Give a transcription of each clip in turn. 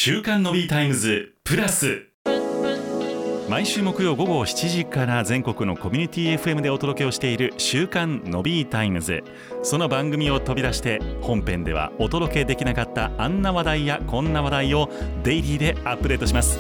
週刊の B タイムズプラス、毎週木曜午後7時から全国のコミュニティ FM でお届けをしている週刊の B タイムズ。その番組を飛び出して本編ではお届けできなかったあんな話題やこんな話題をデイリーでアップデートします。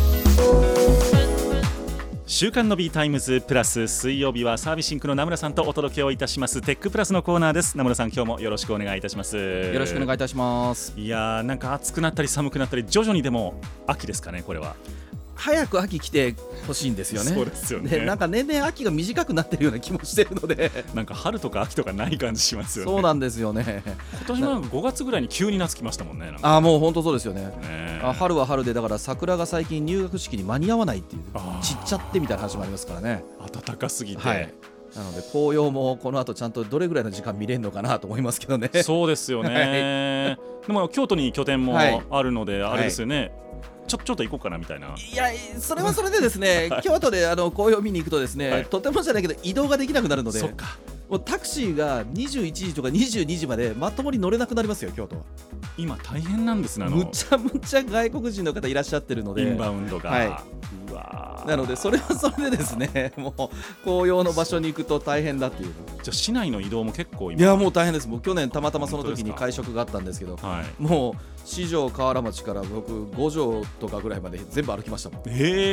週刊の B タイムズプラス、水曜日はサービスシンクの名村さんとお届けをいたしますテックプラスのコーナーです。名村さん、今日もよろしくお願いいたします。 よろしくお願いいたします。 いやー、なんか暑くなったり寒くなったり、徐々にでも秋ですかね。これは早く秋来てほしいんですよね。 そうですよね。 でなんか年々秋が短くなってるような気もしてるのでなんか春とか秋とかない感じしますよね。 そうなんですよね。 今年もなんか5月ぐらいに急に夏来ましたもんね。なんかもう本当そうですよね。春は春で、だから桜が最近入学式に間に合わないっていう、散っちゃってみたいな話もありますからね。 暖かすぎて、 なので紅葉もこの後ちゃんとどれぐらいの時間見れるのかなと思いますけどね。 そうですよね、でも京都に拠点もあるので、あれですよね、ちょっと行こうかなみたいな。 いや、それはそれでですね京都で紅葉見に行くとですね、とてもじゃないけど移動ができなくなるので、 そっか、 もうタクシーが21時とか22時までまともに乗れなくなりますよ、京都は。 今大変なんですね。 むちゃむちゃ外国人の方いらっしゃってるので、 インバウンドが、うわ、 なのでそれはそれでですねもう紅葉の場所に行くと大変だっていう。 じゃあ市内の移動も結構今。 いや、もう大変です。もう去年たまたまその時に会食があったんですけど、もう四条河原町から僕五条とかぐらいまで全部歩きましたもん。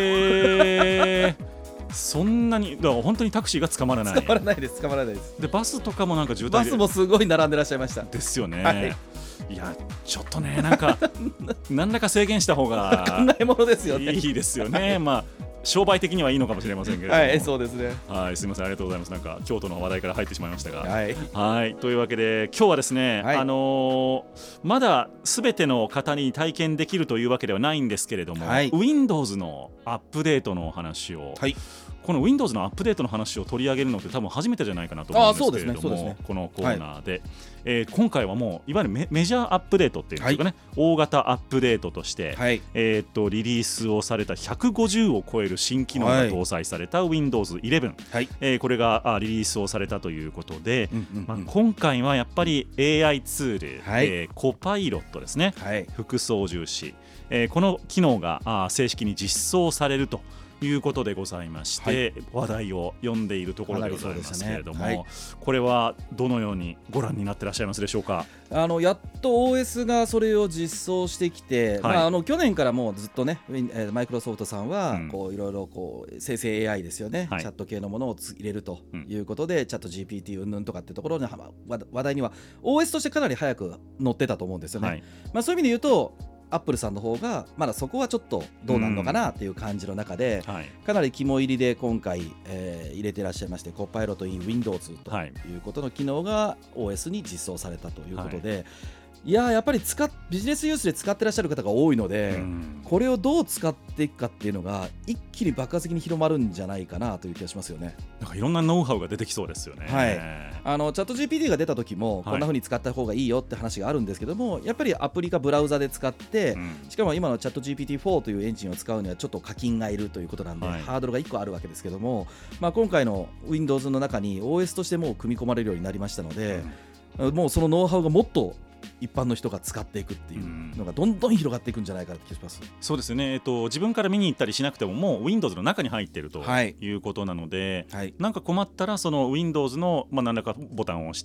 そんなに、だから本当にタクシーが捕まらない。 捕まらないです。 でバスとかもなんか渋滞で、 バスもすごい並んでらっしゃいました。 ですよね、いやちょっとね、なんか何らか制限した方が考えものですよね。 いいですよね。まあ商売的にはいいのかもしれませんけれども、 そうですね。 すみません、ありがとうございます。なんか京都の話題から入ってしまいましたが、というわけで今日はですね、まだ全ての方に体験できるというわけではないんですけれども、Windows のアップデートの話を、この Windows のアップデートの話を取り上げるのって多分初めてじゃないかなと思うんですけれども、このコーナーで、今回はもういわゆるメジャーアップデートっていうんですかね、大型アップデートとして、リリースをされた150を超える新機能が搭載された Windows 11、これがリリースをされたということで、今回はやっぱり AI ツール、コパイロットですね、副操縦士、この機能が正式に実装されるということでございまして、話題を読んでいるところでございますけれども、これはどのようにご覧になってらっしゃいますでしょうか。 やっと OS がそれを実装してきて、去年からもうずっとね、マイクロソフトさんはいろいろ生成 AI ですよね、チャット系のものを入れるということで、チャット GPT 云々とかってところに話題には OS としてかなり早く載ってたと思うんですよね。そういう意味で言うとアップルさんの方がまだそこはちょっとどうなるのかなっていう感じの中で、かなり肝入りで今回、入れてらっしゃいまして、コパイロット in Windows ということの機能が OS に実装されたということで、やっぱりビジネスユースで使ってらっしゃる方が多いので、これをどう使っていくかっていうのが一気に爆発的に広まるんじゃないかなという気がしますよね。 なんかいろんなノウハウが出てきそうですよね。 チャット GPT が出た時もこんな風に使った方がいいよって話があるんですけども、やっぱりアプリかブラウザで使って、しかも今のチャット GPT-4 というエンジンを使うにはちょっと課金がいるということなんで、ハードルが1個あるわけですけども、今回の Windows の中に OS としてもう組み込まれるようになりましたので、もうそのノウハウがもっと一般の人が使っていくっていうのがどんどん広がっていくんじゃないかと気がします。 そうですよね、自分から見に行ったりしなくてももう Windows の中に入っているということなので、なんか困ったらその Windows の何らかボタンを押して、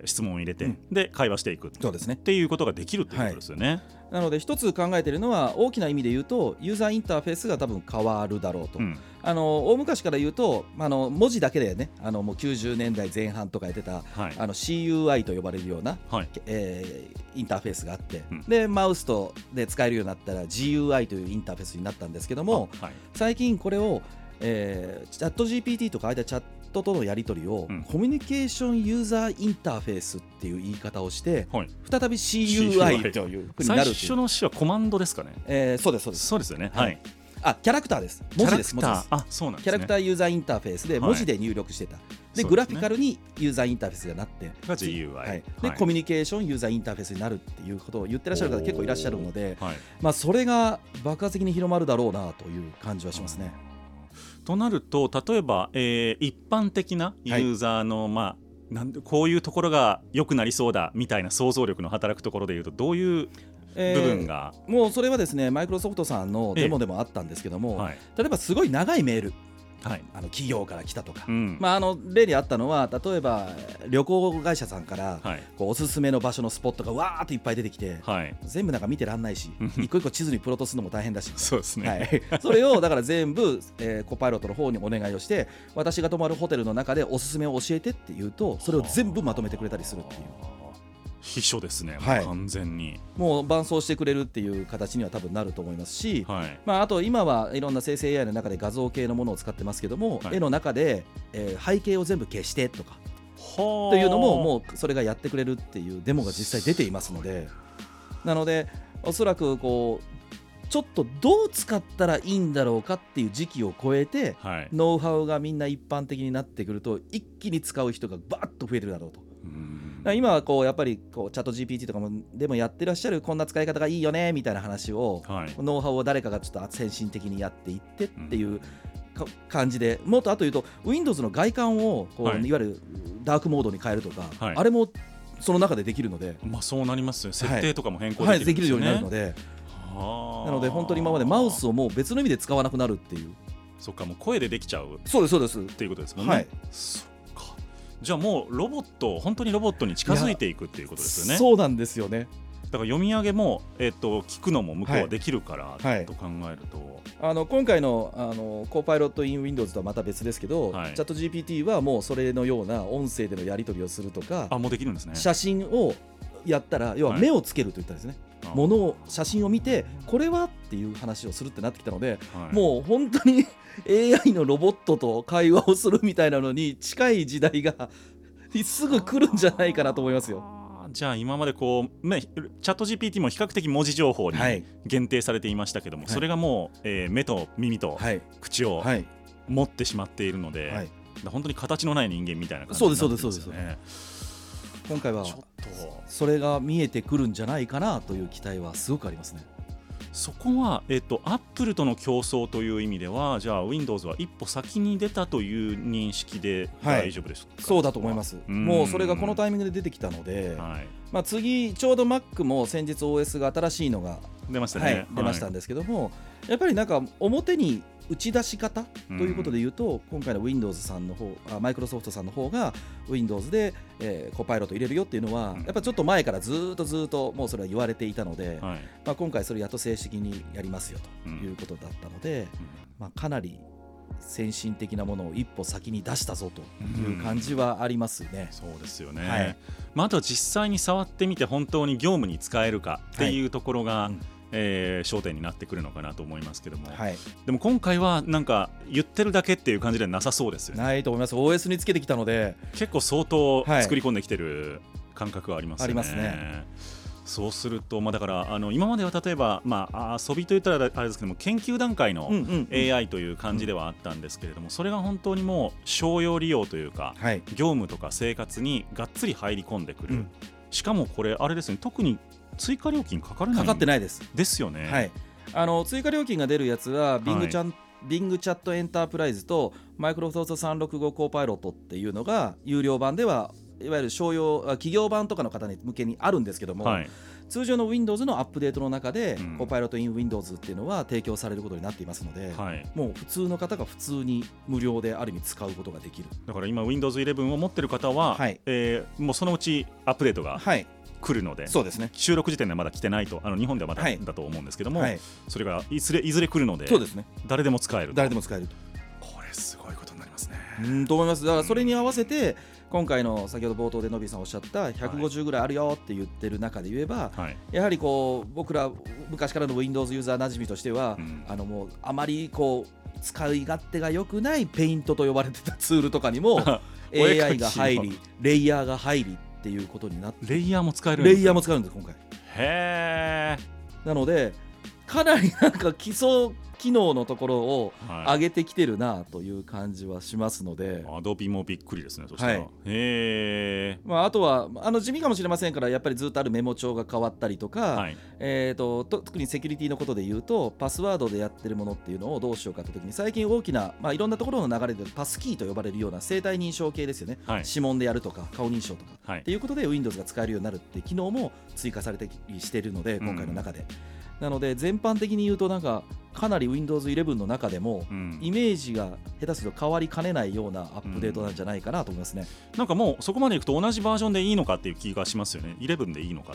質問を入れて、で会話していくっていうことができるっていうことですよね。 なので一つ考えているのは、大きな意味で言うとユーザーインターフェースが多分変わるだろうと、大昔から言うと文字だけでね、もう90年代前半とかやってた、CUI と呼ばれるような、インターフェースがあって、でマウスで使えるようになったら GUI というインターフェースになったんですけども、最近これを、チャット GPT とかああいったチャットとのやり取りを、コミュニケーションユーザーインターフェースっていう言い方をして、再び CUI というふうになる。 最初の C はコマンドですかね。 そうですそうですよね。 キャラクターです。文字です。 そうなんですね。 キャラクターユーザーインターフェースで文字で入力してた。でグラフィカルにユーザーインターフェースがなって、 GUI、 でコミュニケーションユーザーインターフェースになるっていうことを言ってらっしゃる方結構いらっしゃるので、それが爆発的に広まるだろうなという感じはしますね。 となると、例えば、一般的なユーザーの、なんでこういうところが良くなりそうだみたいな想像力の働くところでいうと、どういう部分が、 もうそれはですねマイクロソフトさんのデモでもあったんですけども、例えばすごい長いメール、企業から来たとか、例にあったのは例えば旅行会社さんから、こうおすすめの場所のスポットがわーっといっぱい出てきて、全部なんか見てらんないし一個一個地図にプロットするのも大変だしそうですね、 それをだから全部、コパイロットの方にお願いをして、私が泊まるホテルの中でおすすめを教えてって言うと、それを全部まとめてくれたりするっていう。 秘書ですね、完全にもう伴走してくれるっていう形には多分なると思いますし、あと今はいろんな生成 AI の中で画像系のものを使ってますけども、絵の中で、背景を全部消してとかというのももうそれがやってくれるっていうデモが実際出ていますので、なのでおそらくこうちょっとどう使ったらいいんだろうかっていう時期を超えて、ノウハウがみんな一般的になってくると一気に使う人がバーッと増えるだろうと。今はこうやっぱりこうチャット GPT とかもでもやってらっしゃる、こんな使い方がいいよねみたいな話を、ノウハウを誰かがちょっと先進的にやっていってっていう感じで、もっとあと言うと Windows の外観をこう、いわゆるダークモードに変えるとか、あれもその中でできるので、 そうなりますよ、設定とかも変更できるんですよね、 できるようになるので、なので本当に今までマウスをもう別の意味で使わなくなるっていう。 そっか、もう声でできちゃう。 そうですそうですっていうことですもんね。じゃあもうロボット、本当にロボットに近づいていくっていうことですよね。 そうなんですよね。 だから読み上げも、聞くのも向こうはできるから、と考えると、 今回のコーパイロットイン Windows とはまた別ですけど、チャット GPT はもうそれのような音声でのやり取りをするとか、 もうできるんですね。 写真をやったら、要は目をつけると言ったんですね。写真を見てこれはっていう話をするってなってきたので、もう本当にAI のロボットと会話をするみたいなのに近い時代がすぐ来るんじゃないかなと思いますよ。 じゃあ今までこう、チャット GPT も比較的文字情報に限定されていましたけども、それがもう、目と耳と口を持ってしまっているので、本当に形のない人間みたいな感じになってるんですよね。 今回はそれが見えてくるんじゃないかなという期待はすごくありますね。 そこは、アップルとの競争という意味では、じゃあ Windows は一歩先に出たという認識で大丈夫ですか？ そうだと思います。もうそれがこのタイミングで出てきたので、次ちょうど Mac も先日 OS が新しいのが出ましたね、 出ましたんですけども、やっぱりなんか表に打ち出し方ということで言うと、今回の Windows さんの方、マイクロソフトさんの方が Windows で、コパイロット入れるよっていうのは、やっぱちょっと前からずっともうそれは言われていたので、今回それやっと正式にやりますよということだったので、かなり先進的なものを一歩先に出したぞという感じはありますね。 そうですよね。あとは実際に触ってみて本当に業務に使えるかっていうところが、焦点になってくるのかなと思いますけども、でも今回はなんか言ってるだけっていう感じではなさそうですよね。 ないと思います。 OS につけてきたので結構相当作り込んできてる感覚はありますよね。 ありますね。 そうすると、だから今までは例えば、遊びといったらあれですけども、研究段階の AI という感じではあったんですけれども、それが本当にもう商用利用というか、業務とか生活にがっつり入り込んでくる、しかもこれあれですね、特に追加料金かってないですよね。 追加料金が出るやつは Bing チャットエンタープライズとマイクロソフト365コーパイロットっていうのが有料版ではいわゆる商用企業版とかの方に向けにあるんですけども、通常の Windows のアップデートの中で、コパイロットイン Windows っていうのは提供されることになっていますので、もう普通の方が普通に無料である意味使うことができる。 だから今 Windows 11を持ってる方は、もうそのうちアップデートが来るので、 そうですね、 収録時点ではまだ来てないと、日本ではまだだと思うんですけども、それがいずれ来るので、 そうですね、 誰でも使える。 誰でも使えると。 これすごいことになりますね。 と思います。だからそれに合わせて今回の先ほど冒頭でのびさんおっしゃった150ぐらいあるよって言ってる中で言えば、やはりこう僕ら昔からの Windows ユーザー馴染みとしては、もうあまりこう使い勝手が良くないペイントと呼ばれてたツールとかにもAI が入りレイヤーが入りっていうことになって、 レイヤーも使えるんですか？ レイヤーも使えるんです今回。 へー。 なのでかなりなんか基礎機能のところを上げてきてるなという感じはしますので、 アドビもびっくりですね。そしたら、 あとは地味かもしれませんからやっぱりずっとあるメモ帳が変わったりとか、特にセキュリティのことで言うとパスワードでやってるものっていうのをどうしようかという時に最近大きな、いろんなところの流れでパスキーと呼ばれるような生体認証系ですよね、指紋でやるとか顔認証とか、っていうことで Windows が使えるようになるっていう機能も追加されてしているので今回の中で、なので全般的に言うとかなり Windows 11の中でもイメージが下手すると変わりかねないようなアップデートなんじゃないかなと思いますね。 もうそこまでいくと同じバージョンでいいのかっていう気がしますよね。11でいいのかって。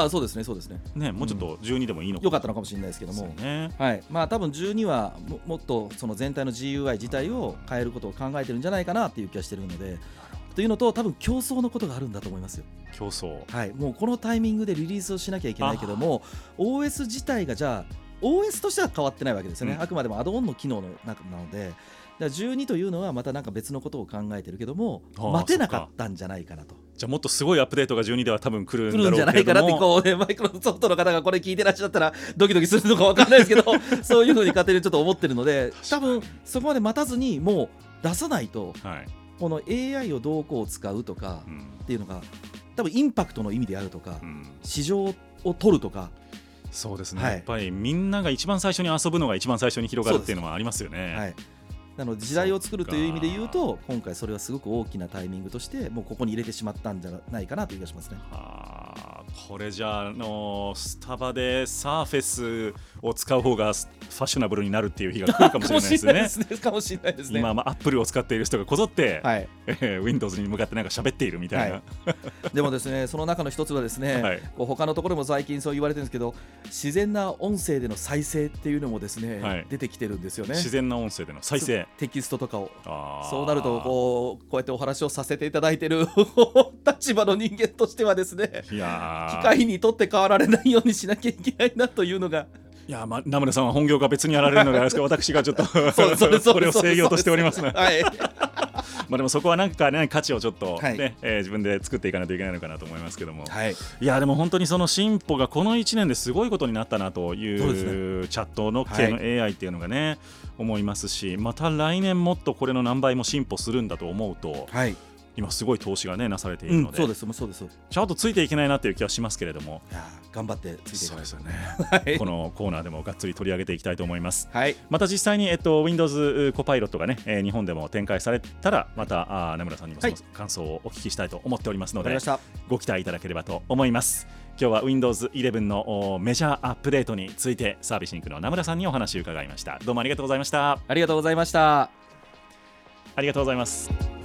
そうですねもうちょっと12でもいいのか、 よかったのかもしれないですけども、多分12はもっとその全体の GUI 自体を変えることを考えてるんじゃないかなっていう気がしてるので、というのと多分競争のことがあるんだと思いますよ。 競争、 もうこのタイミングでリリースをしなきゃいけないけども OS 自体がじゃあ OS としては変わってないわけですよね、あくまでもアドオンの機能の中なので、12というのはまた別のことを考えてるけども待てなかったんじゃないかなと。 じゃあもっとすごいアップデートが12では多分来るんだろうけども、 来るんじゃないかなってマイクロソフトの方がこれ聞いてらっしゃったらドキドキするのか分かんないですけどそういうふうに勝手にちょっと思ってるので、多分そこまで待たずにもう出さないと、この AI をどうこう使うとかっていうのが多分インパクトの意味であるとか、市場を取るとか、 そうですね、やっぱりみんなが一番最初に遊ぶのが一番最初に広がるっていうのはありますよね。 なので時代を作るという意味で言うと今回それはすごく大きなタイミングとしてもうここに入れてしまったんじゃないかなという気がしますね。 これじゃあスタバでサーフェスを使う方がファッショナブルになるっていう日が来るかもしれないですね。 かもしれないですね。 今アップルを使っている人がこぞって、Windows に向かって喋っているみたいな、 でもですねその中の一つはですね、他のところも最近そう言われてるんですけど自然な音声での再生っていうのもですね、出てきてるんですよね。 自然な音声での再生、 テキストとかをそうなるとこうやってお話をさせていただいてる立場の人間としてはですね、機械にとって変わられないようにしなきゃいけないなというのが。 名村さんは本業が別にやられるのであれですけど私がちょっとこれを制御としておりますので、でもそこは価値をちょっと、自分で作っていかないといけないのかなと思いますけども、でも本当にその進歩がこの1年ですごいことになったなという、チャットの系の AI っていうのがね、思いますし、また来年もっとこれの何倍も進歩するんだと思うと、今すごい投資がなされているので、 そうですちゃんとついていけないなっていう気はしますけれども、 頑張ってついていかないと。 そうですよねこのコーナーでもがっつり取り上げていきたいと思います。また実際に、Windows コパイロットが日本でも展開されたらまた名村さんにもその感想をお聞きしたいと思っておりますので、ご期待いただければと思います。今日は Windows 11のメジャーアップデートについてサービスシンクの名村さんにお話を伺いました。どうもありがとうございました。 ありがとうございました。 ありがとうございます。